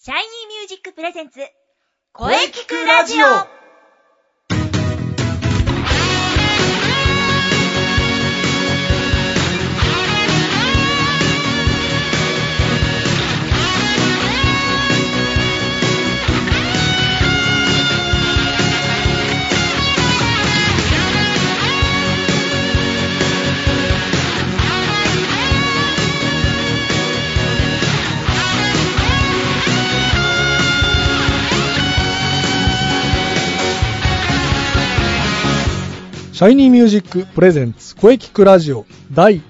シャイニーミュージックプレゼンツ声聞くラジオ。 シャイニーミュージックプレゼンツ声聞くラジオ第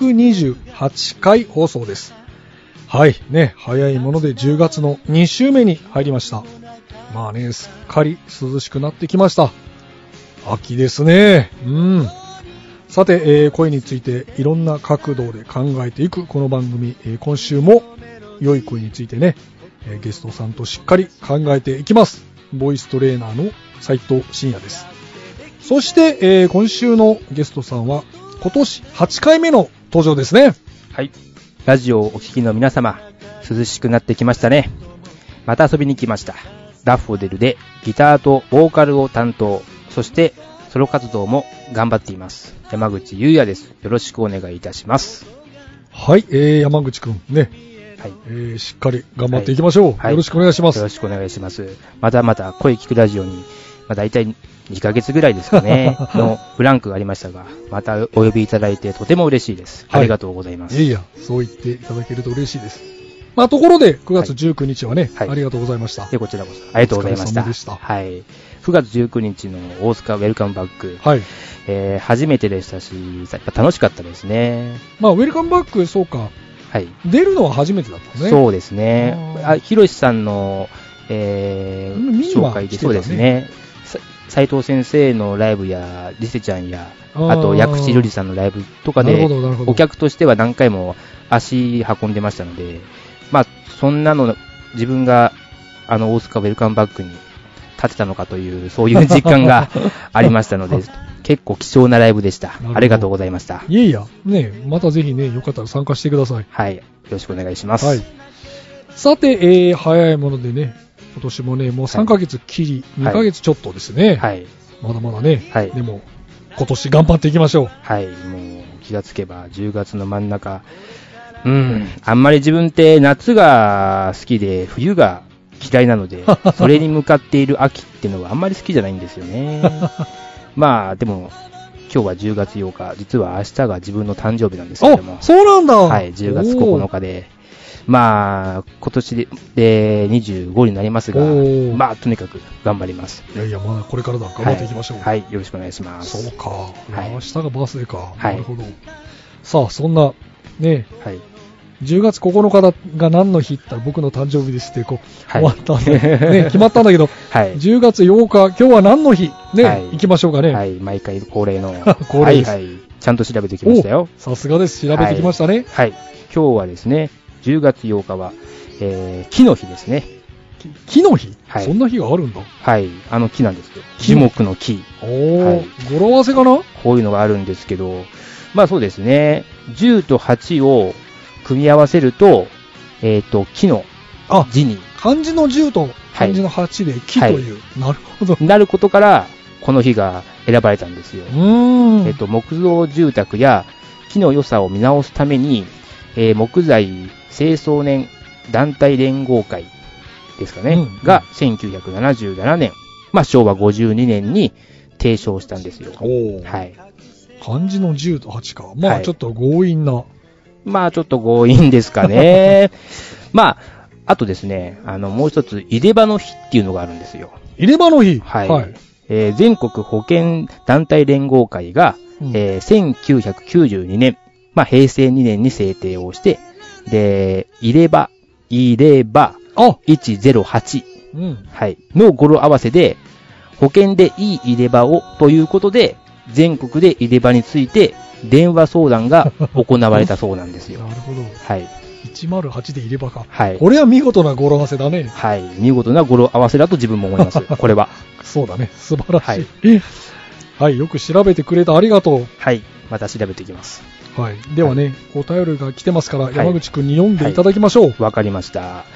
128回放送です。はいね、早いもので10月の2週目に入りました。まあね、すっかり涼しくなってきました。秋ですね。さて、声についていろんな角度で考えていくこの番組、今週も良い声についてね、ゲストさんとしっかり考えていきます。ボイストレーナーの斉藤真也です。そして、今週のゲストさんは今年8回目の登場ですね。 はい。ラジオをお聞きの皆様、涼しくなってきましたね。また遊びに来ました。ダッフォデルでギターとボーカルを担当、そしてソロ活動も頑張っています。山口優也です。よろしくお願いいたします。 はい、山口くんね。はい。しっかり頑張っていきましょう。はい、よろしくお願いします。 よろしくお願いします。まだまだ声聞くラジオに、だいたい2ヶ月ぐらいですかねのブランクがありましたが、またお呼びいただいてとても嬉しいです。ありがとうございます。 いや、そう言っていただけると嬉しいです。ところで9月19日はね、ありがとうございました。 こちらこそありがとうございました。はい。9月19日の大塚ウェルカムバック、はい、初めてでしたし、やっぱ楽しかったですね。 ウェルカムバック、そうか。はい。出るのは初めてだったね。 そうですね。ひろしさんの、紹介で、そうですね。斉藤先生のライブやリセちゃんやあと薬師瑠璃さんのライブとかでお客としては何回も足運んでましたので、そんなの自分が大塚ウェルカムバックに立てたのかというそういう実感がありましたので結構貴重なライブでした。ありがとうございました。 いやね、またぜひね、よかったら参加してください。 はい、よろしくお願いします。 はい、さて、早いものでね、今年もね、もう3ヶ月切り、2ヶ月ちょっとですね。はい。まだまだね。はい。でも、今年頑張っていきましょう。 はい。もう、気がつけば10月の真ん中。あんまり自分って夏が好きで、冬が嫌いなので、それに向かっている秋っていうのはあんまり好きじゃないんですよね。でも、今日は10月8日、実は明日が自分の誕生日なんですけども。 そうなんだ。 はい、10月9日で。今年で25になりますが、とにかく頑張ります。 いや、まだこれからだ。頑張っていきましょう。 はい、よろしくお願いします。 そうか。明日がバースデーか。なるほど。さあ、そんな、ね、10月9日が何の日って言ったら僕の誕生日ですって終わったんで、ね、決まったんだけど、10月8日、今日は何の日ね、行きましょうかね。 はい、毎回恒例の。恒例です。はい、ちゃんと調べてきましたよ。 さすがです。調べてきましたね。 はい。今日はですね、10月8日は、木の日ですね。 木の日、はい、そんな日があるんだ。 はい。木なんですよ。樹木の木。 語呂合わせかな？ こういうのがあるんですけど、そうですね。10と8を組み合わせると、木の字に。 漢字の10と漢字の8で木という。なるほど。 なることから、この日が選ばれたんですよ。木造住宅や木の良さを見直すために、木材清掃年団体連合会ですかね、が1977年、昭和52年に提唱したんですよ。はい。 漢字の10と8か。ちょっと強引な。 ちょっと強引ですかね。あとですね、もう一つ、入れ歯の日っていうのがあるんですよ。 入れ歯の日？ はい。全国保健団体連合会が、1992年、平成2年に制定をして、で、入れ歯108、はい、の語呂合わせで、保険でいい入れ歯をということで、全国で入れ歯について電話相談が行われたそうなんですよ。 なるほど。 はい。 108で入れ歯か。 はい。 これは見事な語呂合わせだね。 はい。見事な語呂合わせだと自分も思います。これは。 そうだね。素晴らしい。はい。よく調べてくれた。ありがとう。 はい。また調べていきます。 はい。ではね、お便りが来てますから、山口くんに読んでいただきましょう。 わかりました。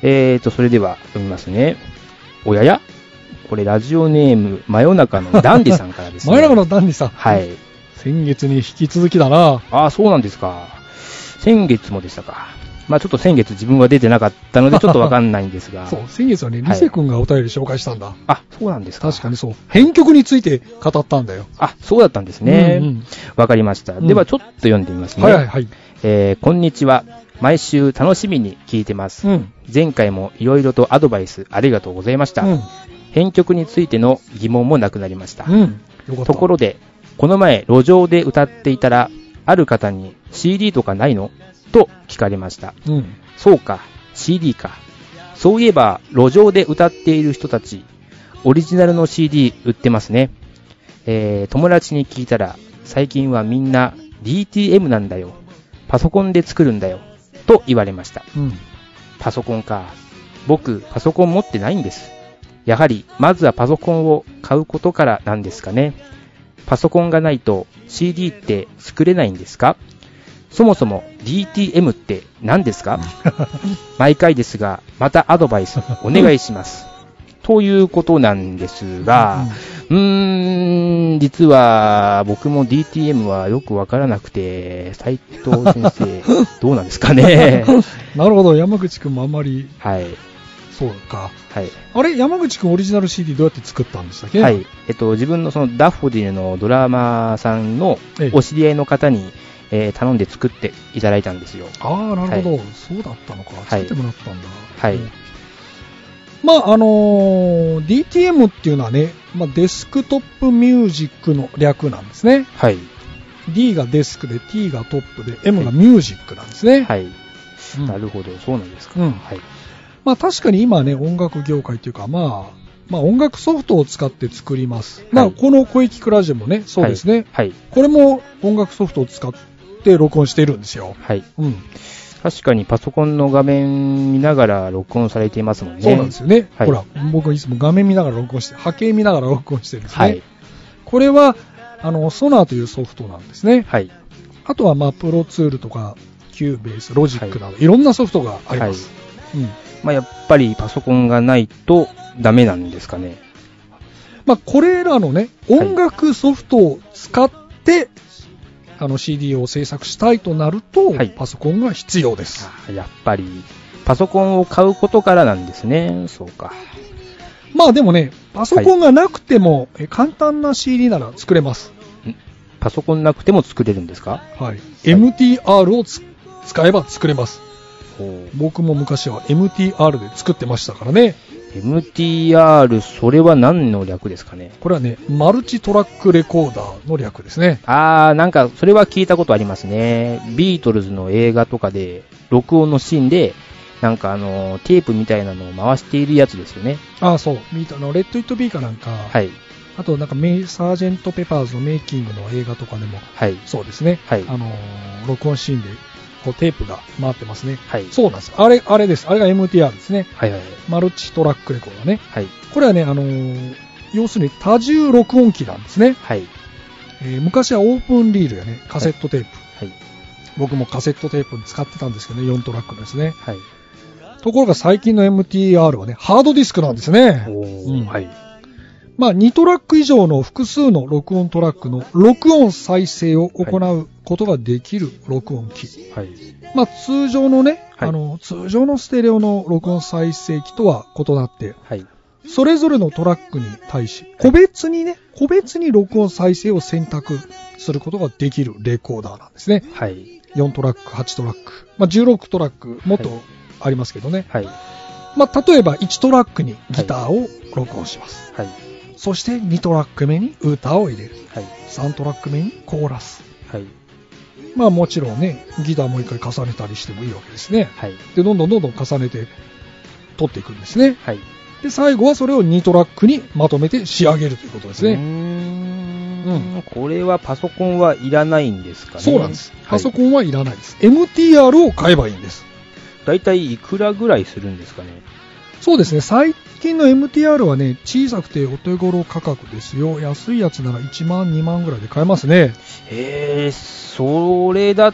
それでは読みますね。おややこれラジオネーム、真夜中のダンディさんからですね。 真夜中のダンディさん。 はい。 先月に引き続きだな。 ああ、そうなんですか。先月もでしたか。まあちょっと先月自分は出てなかったのでちょっとわかんないんですが。 そう、先月はね、リセ君がお便り紹介したんだ。はい、 あ、そうなんですか。 確かにそう。編曲について語ったんだよ。 あ、そうだったんですね。わかりました。ではちょっと読んでみますね。 はいはいはい。 こんにちは。毎週楽しみに聞いてます。前回もいろいろとアドバイスありがとうございました。編曲についての疑問もなくなりました。ところで、この前路上で歌っていたら、ある方に CD とかないのと聞かれました。そうか、CD か。そういえば、路上で歌っている人たち、オリジナルの CD 売ってますね。友達に聞いたら、最近はみんな DTM なんだよ。パソコンで作るんだよ。と言われました。パソコンか。僕、パソコン持ってないんです。やはり、まずはパソコンを買うことからなんですかね。パソコンがないと CD って作れないんですか？そもそも DTM って何ですか？毎回ですが、またアドバイスお願いします。ということなんですが、実は僕も DTM はよくわからなくて、斉藤先生、どうなんですかね。 なるほど、山口くんもあんまり。 はい。 そうか。 はい。 あれ、山口くんオリジナル CD どうやって作ったんでしたっけ？ はい。自分のそのダッフォディルのドラマーさんのお知り合いの方に、頼んで作っていただいたんですよ。 ああ、なるほど、そうだったのか。作ってもらったんだ。 はい。 まあ、DTM っていうのはね、まあ、デスクトップミュージックの略なんですね。 はい。 D がデスクで T がトップで M がミュージックなんですね。 はい。なるほど、そうなんですか。はい。 まあ確かに今はね、音楽業界というか、まあ音楽ソフトを使って作ります。まあこの声聞くラジオもね、そうですね。はい。これも音楽ソフトを使って録音しているんですよ。 はい。確かにパソコンの画面見ながら録音されていますもんね。 そうなんですよね。ほら、僕はいつも画面見ながら録音して、波形見ながら録音してるんですね。はい。これは、ソナーというソフトなんですね。はい。あとは、まあ、プロツールとか、キューベース、ロジックなど、いろんなソフトがあります。 まあ、やっぱりパソコンがないとダメなんですかね。 まあ、これらのね、音楽ソフトを使って、CD を制作したいとなると、パソコンが必要です。 やっぱり、パソコンを買うことからなんですね。そうか。 まあでもね、パソコンがなくても、簡単な CD なら作れます。 パソコンなくても作れるんですか？ はい。MTR を使えば作れます。僕も昔は MTR で作ってましたからね。 MTR、それは何の略ですかね？ これはね、マルチトラックレコーダーの略ですね。 なんか、それは聞いたことありますね。ビートルズの映画とかで、録音のシーンで、なんかテープみたいなのを回しているやつですよね。 そう。レッド・イット・ビーかなんか、はい。あと、なんか、サージェント・ペパーズのメイキングの映画とかでも、はい。そうですね。はい。録音シーンで、こうテープが回ってますね。はい。そうなんです。あれです。あれが MTR ですね。はいはい。マルチトラックレコーダーね。はい。これはね、要するに多重録音機なんですね。はい。昔はオープンリールやね、カセットテープ。はい。僕もカセットテープに使ってたんですけどね、4トラックですね。はい。ところが最近の MTR はね、ハードディスクなんですね。はい。まあ、2トラック以上の複数の録音トラックの録音再生を行うことができる録音機。はい。まあ、通常のね、通常のステレオの録音再生機とは異なって、はい。それぞれのトラックに対し、個別に録音再生を選択することができるレコーダーなんですね。はい。4トラック、8トラック、まあ、16トラック、もっとありますけどね。はい。まあ、例えば1トラックにギターを録音します。はい。そして2トラック目に歌を入れる。はい。3トラック目にコーラス。はい。まあもちろんね、ギターもう一回重ねたりしてもいいわけですね。はい。で、どんどん重ねて取っていくんですね。はい。で、最後はそれを2トラックにまとめて仕上げるということですね。 これはパソコンはいらないんですかね？ そうなんです。パソコンはいらないです。MTR を買えばいいんです。 だいたいいくらぐらいするんですかね？ そうですね。最近の MTR はね、小さくてお手頃価格ですよ。安いやつなら1万、2万ぐらいで買えますね。 それだっ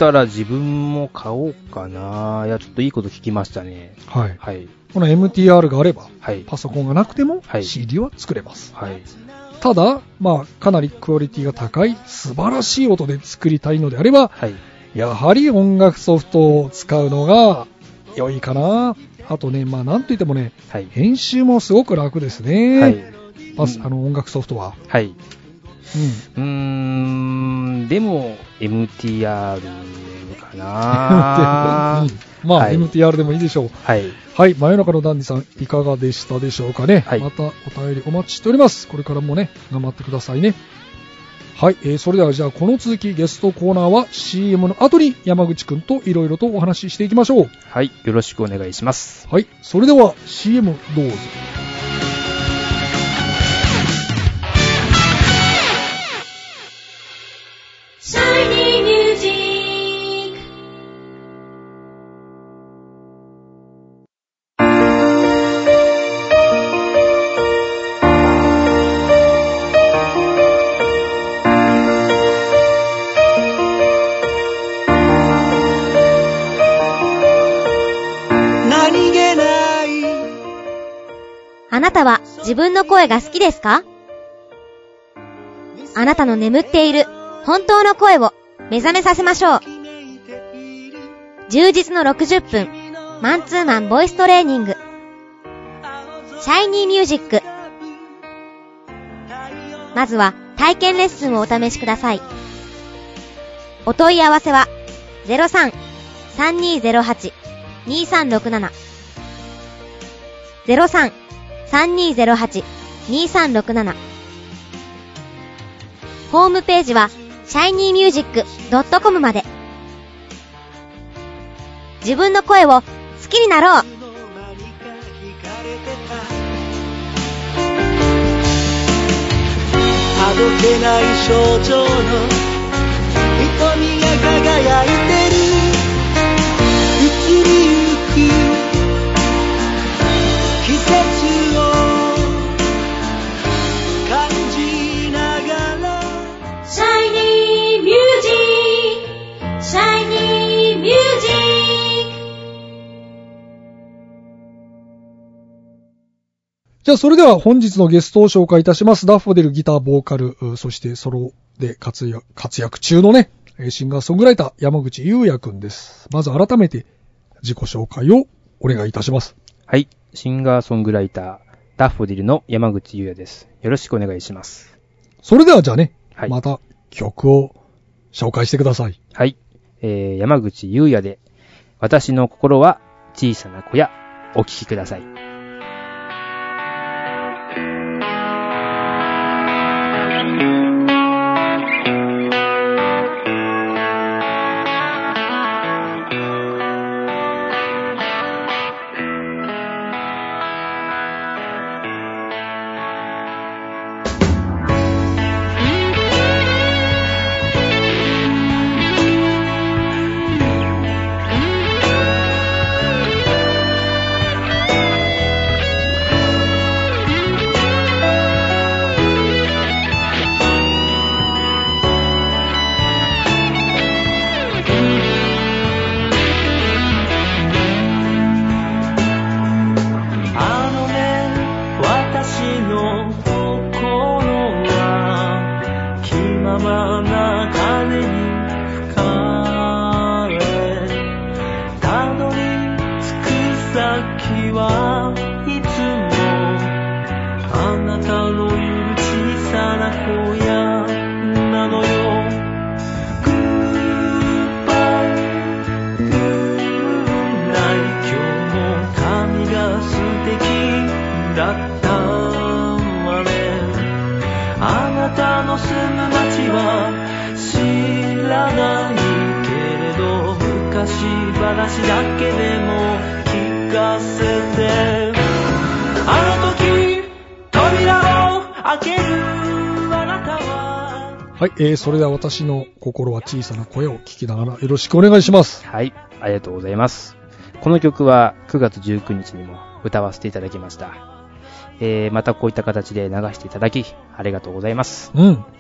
たら自分も買おうかな。いや、ちょっといいこと聞きましたね。 はい。 はい。 この MTR があれば、 はい、 パソコンがなくても CD は作れます。はい。ただ、まあ、かなりクオリティが高い、素晴らしい音で作りたいのであれば、はい、やはり音楽ソフトを使うのが良いかな。あとね、まあ、なんといってもね、はい、編集もすごく楽ですね。はい。音楽ソフトは。はい。 でも、MTR かなまあ、はい、MTR でもいいでしょう。はい。はい。真夜中のダンディさん、いかがでしたでしょうかね。はい。またお便りお待ちしております。これからもね、頑張ってくださいね。はい。それではじゃあ、この続き、ゲストコーナーは CM の後に山口くんといろいろとお話ししていきましょう。 はい。よろしくお願いします。 はい。それでは CM どうぞ。 あなたは自分の声が好きですか？あなたの眠っている本当の声を目覚めさせましょう。充実の60分マンツーマンボイストレーニング、シャイニーミュージック。まずは体験レッスンをお試しください。お問い合わせは 03-3208-2367 03-3208-2367。ホームページは shinymusic.com まで。自分の声を好きになろう。 あどけない象徴の瞳が輝いてる。移りゆく季節を感じながら Shiny Music Shiny Music。 じゃあそれでは本日のゲストを紹介いたします。ダッフォデルギターボーカル、そしてソロで活躍中のね、シンガーソングライター山口優也くんです。まず改めて自己紹介をお願いいたします。 はい、シンガーソングライターダッフォディルの山口優也です。よろしくお願いします。 それではじゃあね、はい、また曲を紹介してください。 はい、山口優也で私の心は小さな小屋、お聴きください。 はい、それでは私の心は小さな声を聞きながらよろしくお願いします。 はい、ありがとうございます。この曲は9月19日にも歌わせていただきました。またこういった形で流していただきありがとうございます。 うん。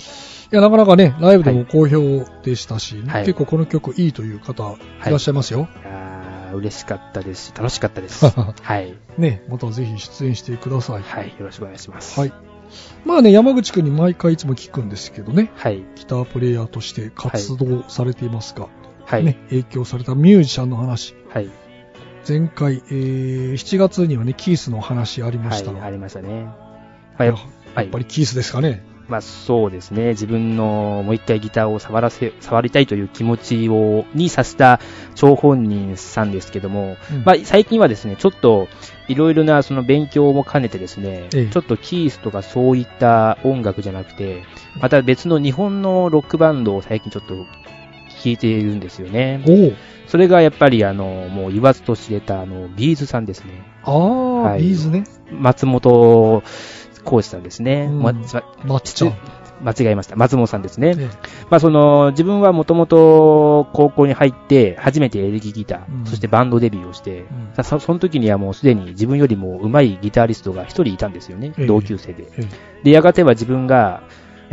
いや、なかなかね、ライブでも好評でしたし、 はい、 結構この曲いいという方いらっしゃいますよ。 嬉しかったですし、楽しかったです。はい。 ね、またぜひ出演してください。 はい、よろしくお願いします。 はい。まあね、山口くんに毎回いつも聞くんですけどね、 はい。 ギタープレイヤーとして活動されていますが、 はい。 ね、影響されたミュージシャンの話。 はい。 前回、7月にはね、キースの話ありましたが。 はい、ありましたね。 はい。やっぱりキースですかね。 まあそうですね。自分のもう一回ギターを触りたいという気持ちにさせた張本人さんですけども、まあ最近はですね、ちょっといろいろなその勉強も兼ねてですね、ちょっとキースとかそういった音楽じゃなくて、また別の日本のロックバンドを最近ちょっと聴いているんですよね。それがやっぱりもう言わずと知れたビーズさんですね。 はい、ビーズね。 松本浩二さんですね。 間違えました。松本さんですね。まあ自分はもともと高校に入って初めてエレキギター、そしてバンドデビューをして、その時にはもうすでに自分よりも上手いギタリストが一人いたんですよね。同級生で。で、やがては自分が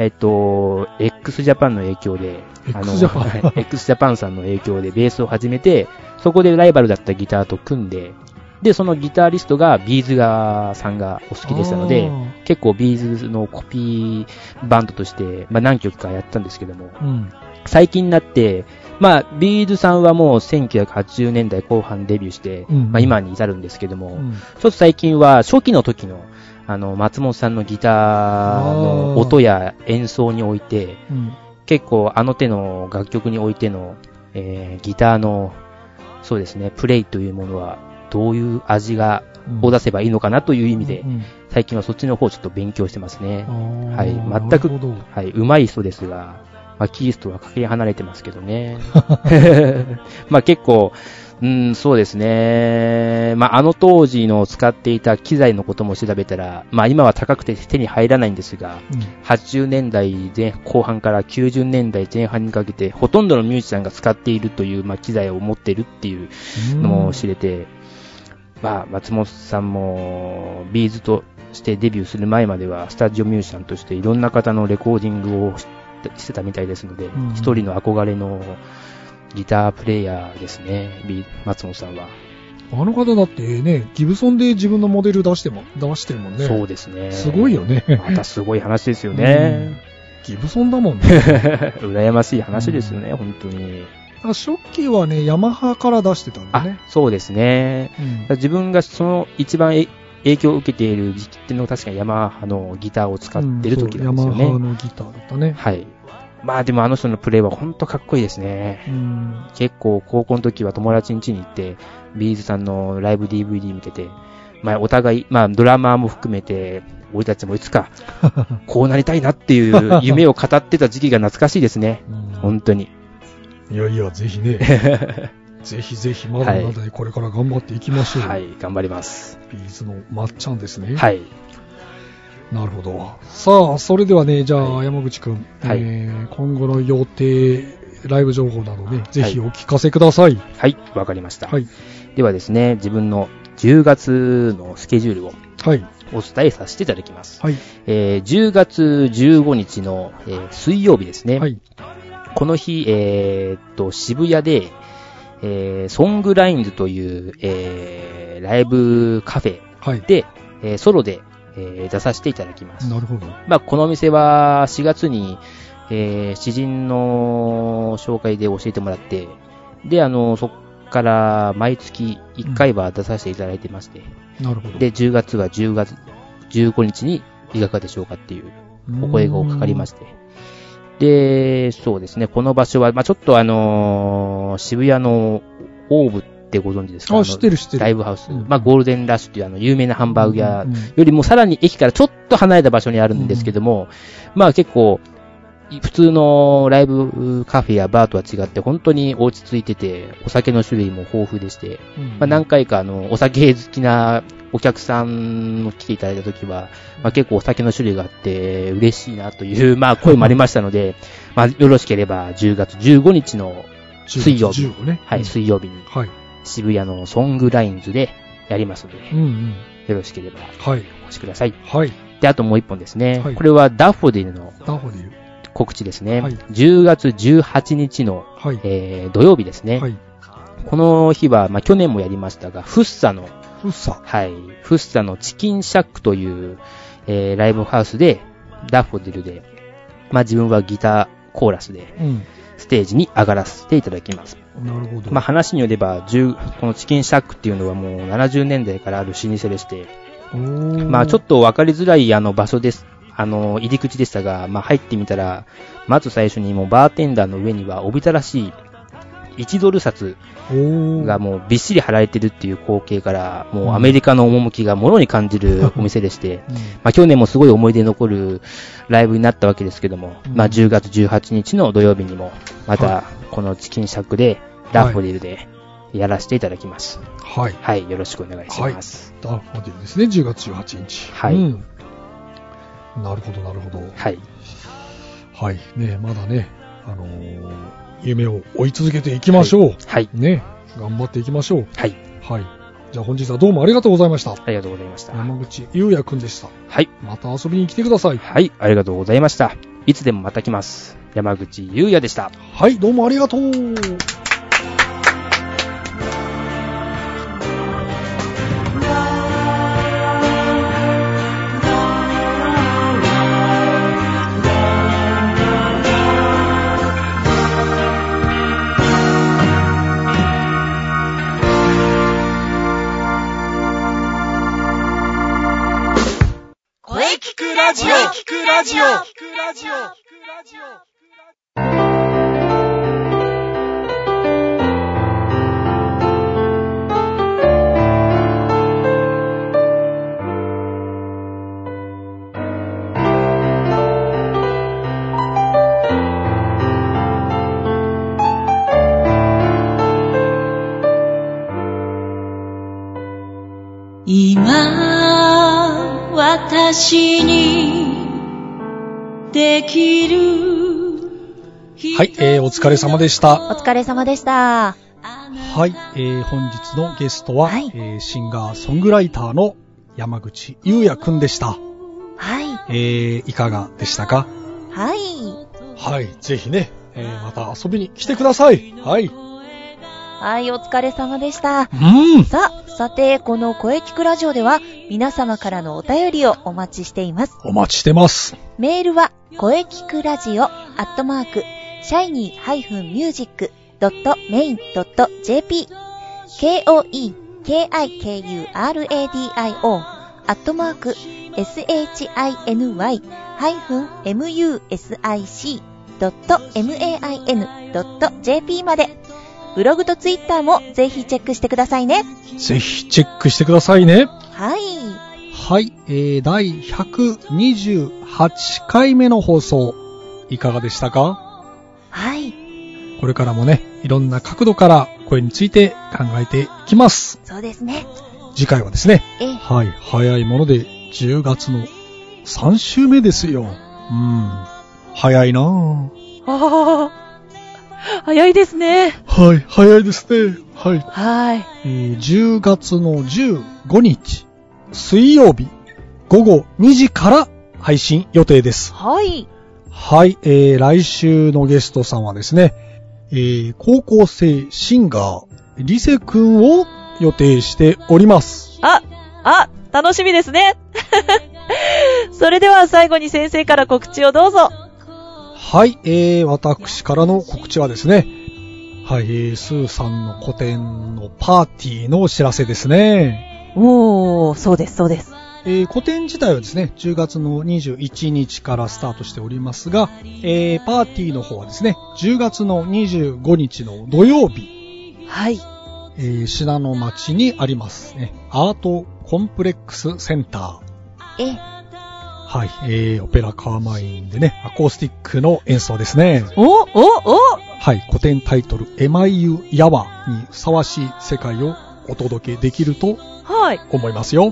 x ジャパンの影響で、x ジャパンさんの影響でベースを始めて、そこでライバルだったギターと組んで、で、そのギタリストがビーズさんがお好きでしたので、結構ビーズのコピーバンドとして、まあ何曲かやったんですけども、最近になって、まあビーズさんはもう1980年代後半デビューして、まあ今に至るんですけども、ちょっと最近は初期の時の松本さんのギターの音や演奏において、結構手の楽曲においての、ギターの、そうですね、プレイというものは、どういう味を出せばいいのかなという意味で、最近はそっちの方をちょっと勉強してますね。はい。全く、はい、上手い人ですが、まあ、キースとはかけ離れてますけどね。まあ結構、そうですね。まあ当時の使っていた機材のことも調べたら、まあ今は高くて手に入らないんですが、80年代後半から90年代前半にかけて、ほとんどのミュージシャンが使っているという、まあ機材を持っているっていうのも知れて、まあ松本さんもビーズとしてデビューする前まではスタジオミュージシャンとしていろんな方のレコーディングをしてたみたいですので、一人の憧れのギタープレイヤーですね、松本さんは。 あの方だってね、ギブソンで自分のモデル出してるもんね。 そうですね。 すごいよね。 またすごい話ですよね。 ギブソンだもんね。 羨ましい話ですよね、本当に。 初期はね、ヤマハから出してたんだね。 そうですね。自分がその一番影響を受けている時期っていうのは確かにヤマハのギターを使ってる時なんですよね。 ヤマハのギターだったね。 はい。まあでもあの人のプレイは本当かっこいいですね。結構高校の時は友達ん家に行って、ビーズさんのライブ DVD 見てて、まあお互い、まあドラマーも含めて、俺たちもいつかこうなりたいなっていう夢を語ってた時期が懐かしいですね。本当に。 いやいや、ぜひね。ぜひぜひ、まだまだこれから頑張っていきましょう。 はい、頑張ります。 ビーズのまっちゃんですね。 はい。 なるほど。さあ、それではね、じゃあ、山口くん、今後の予定、ライブ情報などね、ぜひお聞かせください。 はい、わかりました。はい。ではですね、自分の10月のスケジュールをお伝えさせていただきます。はい。10月15日の、水曜日ですね。はい。この日、渋谷で、ソングラインズという、ライブカフェで、ソロで、出させていただきます。 なるほど。 まあ、このお店は4月に、知人の紹介で教えてもらって、で、そっから毎月1回は出させていただいてまして、 なるほど。 で、10月は10月15日にいかがでしょうかっていうお声がかかりまして、で、そうですね、この場所は、まあ、ちょっと渋谷のオーブってご存知ですか？ 知ってる。 ライブハウス。まあ、ゴールデンラッシュっていう有名なハンバーグ屋よりもさらに駅からちょっと離れた場所にあるんですけども、まあ結構、普通のライブカフェやバーとは違って本当に落ち着いてて、お酒の種類も豊富でして、まあ何回かお酒好きなお客さんの来ていただいたときは、まあ結構お酒の種類があって嬉しいなという、まあ声もありましたので、まあよろしければ10月15日の水曜日、はい、水曜日に、渋谷のソングラインズでやりますので、よろしければお越しください。はい。で、あともう一本ですね。これはダッフォディルの告知ですね。 はい、 10月18日の、 はい、 土曜日ですね。 はい、 この日は、去年もやりましたが、フッサのチキンシャックという、ライブハウスで、ダッフォディルで、自分はギターコーラスで、ステージに上がらせていただきます。 なるほど。 話によれば、このチキンシャックっていうのはもう70年代からある老舗でして、ちょっと分かりづらい場所です。入り口でしたが、入ってみたら、まず最初にもうバーテンダーの上にはおびただしい1ドル札がもうびっしり貼られてるっていう光景から、もうアメリカの趣がもろに感じるお店でして、去年もすごい思い出に残るライブになったわけですけども、10月18日の土曜日にも、またこのチキンシャックで、ダッフォディルでやらせていただきます。 はい。 はい、よろしくお願いします。 ダッフォディルですね、10月18日。 はい。 なるほど、なるほど。 はい。 はい。ね、まだね、夢を追い続けていきましょう。 はい。 ね、頑張っていきましょう。 はい。 はい。じゃあ本日はどうもありがとうございました。 ありがとうございました。 山口優也くんでした。 はい。 また遊びに来てください。 はい、ありがとうございました。いつでもまた来ます。山口優也でした。 はい、どうもありがとう。 ラジオ今私にできる。 はい、お疲れ様でした。 お疲れ様でした。 はい、本日のゲストは、はい、シンガーソングライターの山口優也くんでした。 はい。 いかがでしたか？ はい。 はい、ぜひね、また遊びに来てください。はい。 はい、お疲れ様でした。 うん。 さて、この声聞くラジオでは、皆様からのお便りをお待ちしています。 お待ちしてます。 メールは、声聞くラジオshiny-music.main.jp shiny-music.main.jp まで。ブログとツイッターもぜひチェックしてくださいね。 ぜひチェックしてくださいね。 はい。 はい、第128回目の放送、いかがでしたか？ はい。 これからもね、いろんな角度から声について考えていきます。 そうですね。 次回はですね、はい、早いもので10月の3週目ですよ。早いなぁ。 早いですね。 はい、早いですね。はい。 はい。 10月の15日、水曜日、午後2時から配信予定です。 はい。 はい、来週のゲストさんはですね、高校生シンガー、リセくんを予定しております。 楽しみですね。それでは最後に先生から告知をどうぞ。 はい、私からの告知はですね、はい、スーさんの個展のパーティーのお知らせですね。 そうです、そうです。 個展自体はですね、10月の21日からスタートしておりますが、パーティーの方はですね、10月の25日の土曜日。 はい。 信濃町にありますね、アートコンプレックスセンター。はい、オペラカーマインでね、アコースティックの演奏ですね。はい、古典タイトル、エマイユ・ヤワにふさわしい世界をお届けできると思いますよ。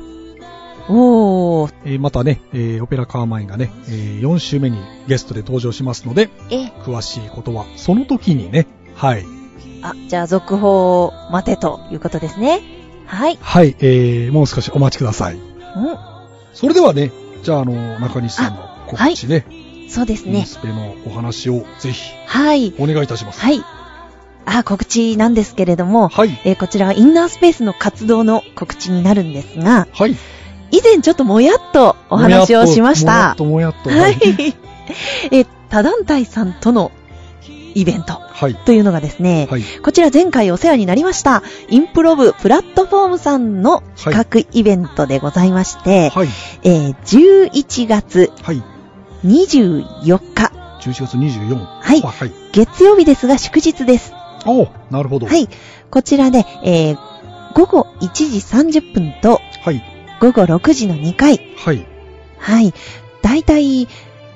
またね、オペラカーマインがね、4週目にゲストで登場しますので、詳しいことはその時にね、はい。 じゃあ続報を待てということですね。はい。 はい、もう少しお待ちください。それではね、じゃあ中西さんの告知ね、 そうですね。 インスペのお話をぜひ、 はい。 お願いいたします。 はい。告知なんですけれども、 はい。 こちらはインナースペースの活動の告知になるんですが、 はい。 以前ちょっともやっとお話をしました。 もやっと。 はい。他団体さんとのイベントというのがですね、 はい、 こちら前回お世話になりましたインプロブプラットフォームさんの企画イベントでございまして、 はい、 11月24日、 11月24日、 はい、はい、月曜日ですが祝日です。 お、なるほど。 はい、こちらで、午後1時30分と、 はい、 午後6時の2回、 はい、 はい、だいたい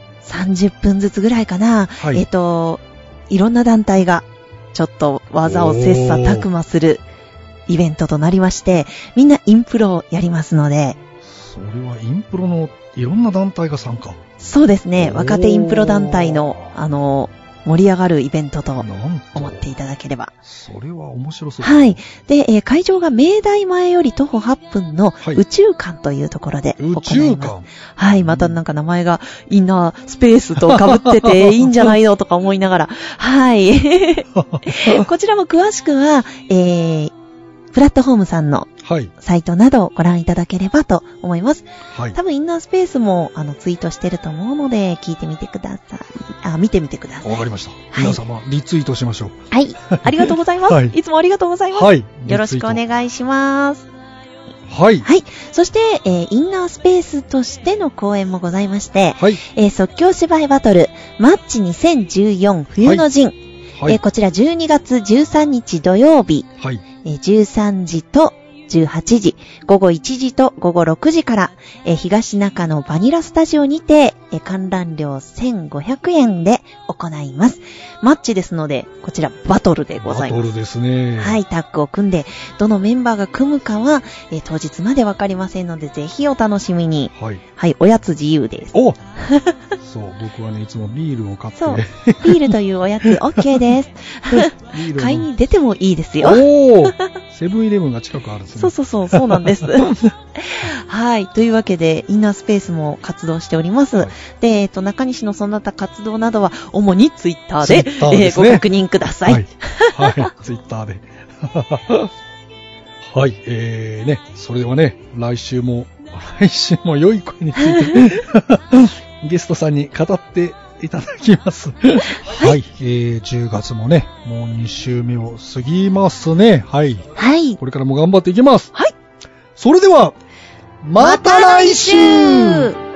30分ずつぐらいかな、 はい、 いろんな団体がちょっと技を切磋琢磨するイベントとなりまして、みんなインプロをやりますので。 それはインプロのいろんな団体が参加。 そうですね。若手インプロ団体の盛り上がるイベントと思っていただければ。 それは面白そう。 はい。で、会場が明大前より徒歩8分の宇宙館というところで行います。 宇宙館。 はい。またなんか名前がインナースペースと被ってていいんじゃないのとか思いながら。はい。こちらも詳しくは、プラットフォームさんのサイトなどをご覧いただければと思います。はい、多分インナースペースもツイートしてると思うので聞いてみてください。見てみてください。 わかりました。はい、皆様リツイートしましょう。 はい。ありがとうございます。はい、いつもありがとうございます。 はい。 よろしくお願いします。 はい。 はい。そして、インナースペースとしての公演もございまして、 はい。 即興芝居バトルマッチ2014冬の陣。はい。こちら12月13日土曜日。 はい。 13時と18時、午後1時と午後6時から、東中野バニラスタジオにて、観覧料1500円で行います。マッチですので、こちらバトルでございます。 バトルですね。 はい、タッグを組んで、どのメンバーが組むかは、当日までわかりませんので、ぜひお楽しみに。 はい。 はい、おやつ自由です。 おそう、僕はね、いつもビールを買って。 そう、ビールというおやつ OK です。買いに出てもいいですよ。 おーセブンイレブンが近くあるんですね。 そうなんです。はい。というわけで、インナースペースも活動しております。はい、で、中西のその他活動などは、主にツイッターで、ご確認ください。 はい。はい、ツイッターで。はい。ね、それではね、来週も良い声について、ゲストさんに語っていただきます。はい。10月もね、もう2週目を過ぎますね。はい。 はい。 これからも頑張っていきます。 はい。 それでは、また来週